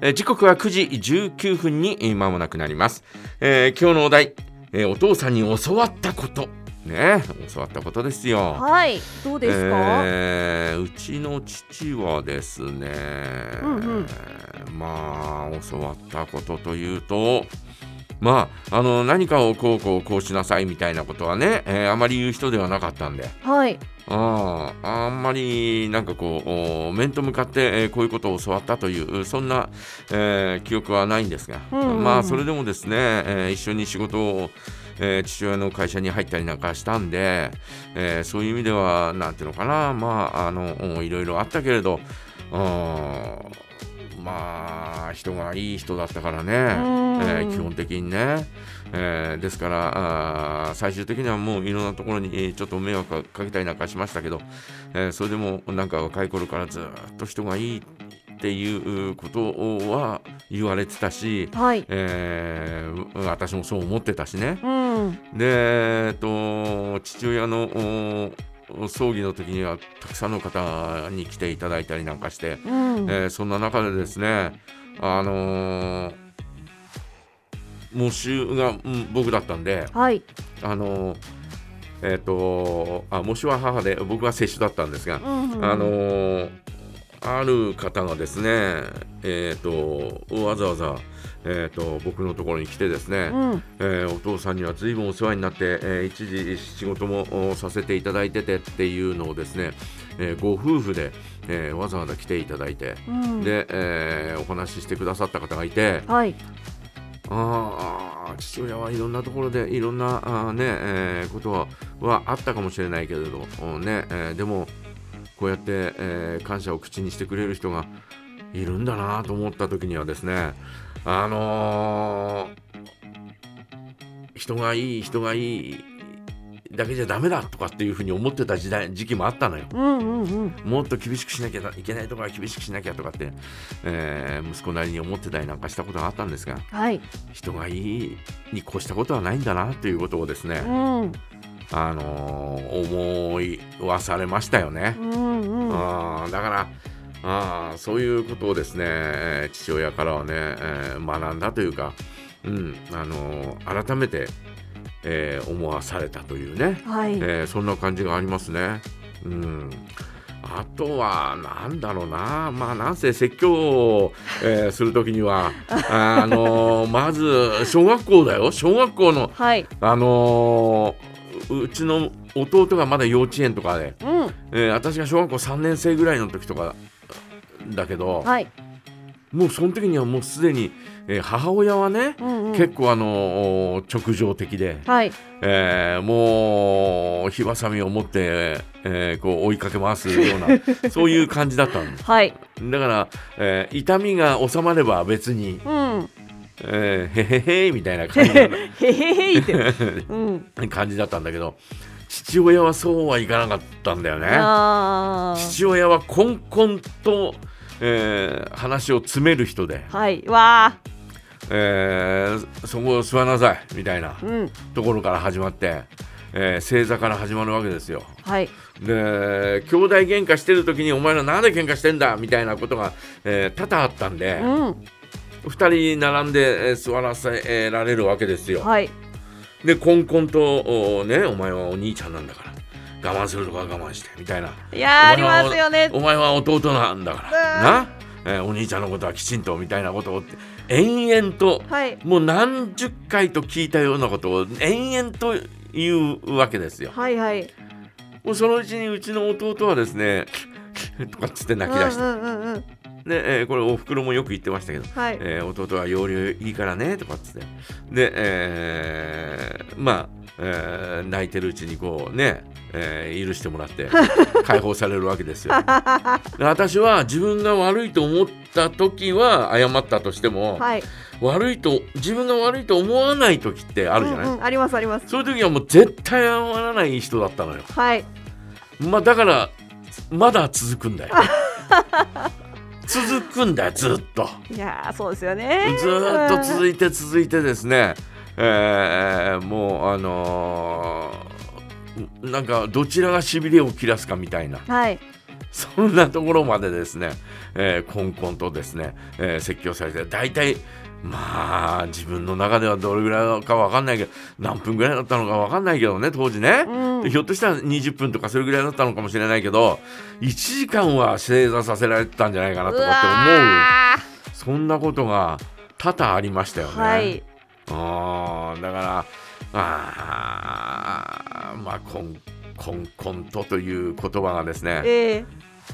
時刻は9時19分に間もなくなります。今日のお題、お父さんに教わったことね、教わったことですよ。 はい、どうですか？ うちの父はですね、まあ教わったことというと、まあ何かをこうしなさいみたいなことはね、あまり言う人ではなかったんで、 はい、 あんまりなんかこう面と向かって、こういうことを教わったというそんな、記憶はないんですが、まあそれでもですね、一緒に仕事を、父親の会社に入ったりなんかしたんで、そういう意味ではなんていうのかな、まあいろいろあったけれど、まあ人がいい人だったからね、基本的にね、ですから最終的にはもういろんなところにちょっと迷惑かけたりなんかしましたけど、それでもなんか若い頃からずっと人がいいっていうことは言われてたし、 はい、 私もそう思ってたしね、 うんで、父親の葬儀の時にはたくさんの方に来ていただいたりなんかして、そんな中でですね、喪主が、僕だったんで、 はい、 喪主は母で僕は摂取だったんですが、ある方がですね、わざわざ、僕のところに来てですね、お父さんには随分お世話になって、一時仕事もさせていただいててっていうのをですね、ご夫婦で、わざわざ来ていただいて、で、お話ししてくださった方がいて、 はい、 父親はいろんなところでいろんなことはあったかもしれないけれど、でもこうやって、感謝を口にしてくれる人がいるんだなと思った時にはですね、人がいいだけじゃダメだとかっていうふうに思ってた時期もあったのよ。もっと厳しくしなきゃいけないところは厳しくしなきゃとかって、息子なりに思ってたりなんかしたことがあったんですが、 はい、 人がいいに越したことはないんだなということをですね、思いはされましたよね。だからそういうことをですね、父親からはね、学んだというか、改めて、思わされたというね、 はい、 そんな感じがありますね。あとはなんだろうな、まあなんせ説教を、するときにはまず小学校の、 はい、 うちの弟がまだ幼稚園とかで、私が小学校3年生ぐらいの時とかだけど、 はい、 もうその時にはもうすでに、母親はね、結構直情的で、 はい、 もう火ばさみを持って、こう追いかけ回すようなそういう感じだったんです。 はい、 だから、痛みが収まれば別に、へへへみたいな感じへへへって、 感じだったんだけど、父親はそうはいかなかったんだよね。父親はこんこんと、話を詰める人で、 はい、わそこを座りなさいみたいなところから始まって、正座から始まるわけですよ。 はい、 で、兄弟喧嘩してる時にお前らなんで喧嘩してんだみたいなことが、多々あったんで、2人並んで、座らせられるわけですよ。 はい、 でこんこんとね、お前はお兄ちゃんなんだから我慢するとか我慢してみたいな、 いやありますよね。 お前は弟なんだからな、お兄ちゃんのことはきちんとみたいなことを延々と、もう何十回と聞いたようなことを延々と言うわけですよ。 はいはい、 もうそのうちにうちの弟はですねとかっつって泣き出して、で、これおふくろもよく言ってましたけど、弟は要領いいからねとかっつって、で、泣いてるうちにこうね、許してもらって解放されるわけですよ。で、私は自分が悪いと思った時は謝ったとしても、自分が悪いと思わない時ってあるじゃない、 ありますあります。 そういう時はもう絶対謝らない人だったのよ。だからまだ続くんだよ続くんだよ、ずっと。 いやそうですよね。 ずっと続いてですね、もうなんかどちらがしびれを切らすかみたいな、 そんなところまでですね、こんこんとですね、説教されて、大体まあ自分の中ではどれぐらいか分かんないけど、何分ぐらいだったのか分かんないけどね、当時ね、ひょっとしたら20分とかそれぐらいだったのかもしれないけど、1時間は正座させられてたんじゃないかなとかって思う、そんなことが多々ありましたよね。 はい、 だからまあこんこんという言葉がですね、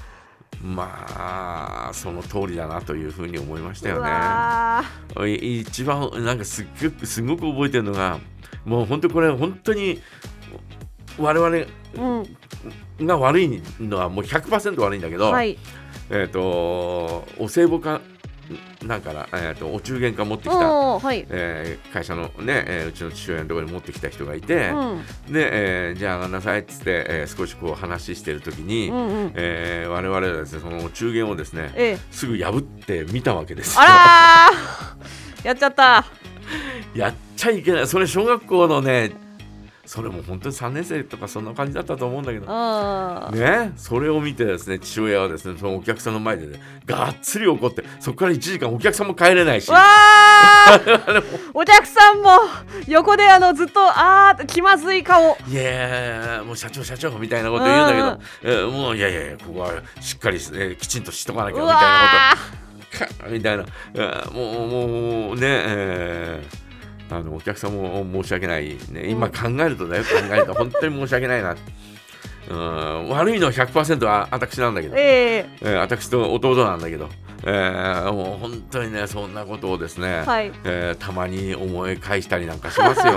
まあその通りだなというふうに思いましたよね。一番なんかすごく覚えてるのが、もう本当これ本当に我々が悪いのはもう 100% 悪いんだけど、はい、お歳暮かなんかお中元か持ってきた、はい、会社のね、うちの父親のところに持ってきた人がいて、で、じゃあ上がんなさいっつって、少しこう話してる時に、我々はですね、そのお中元をですね、すぐ破ってみたわけですよ。 やっちゃったやっちゃいけない。それ小学校のね、それも本当に3年生とかそんな感じだったと思うんだけどね、それを見てですね、父親はですね、そのお客さんの前でね、がっつり怒って、そこから1時間お客さんも帰れないし、 お客さんも横でずっと気まずい顔、 いやもう社長みたいなこと言うんだけど、もういやここはしっかり、きちんとしとかなきゃみたいなことみたいな、もうね、お客さんも申し訳ない、ね、今考えるとね、本当に申し訳ないな。悪いのは 100% は私なんだけど、私と弟なんだけど、もう本当にね、そんなことをですね、はい、たまに思い返したりなんかしますよ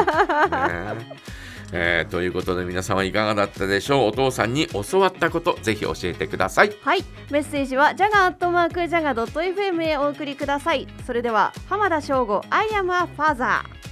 ね。ということで皆様いかがだったでしょう。お父さんに教わったことぜひ教えてください。 はい、メッセージはjaga@jaga.fm へお送りください。それでは浜田省吾 I am a father。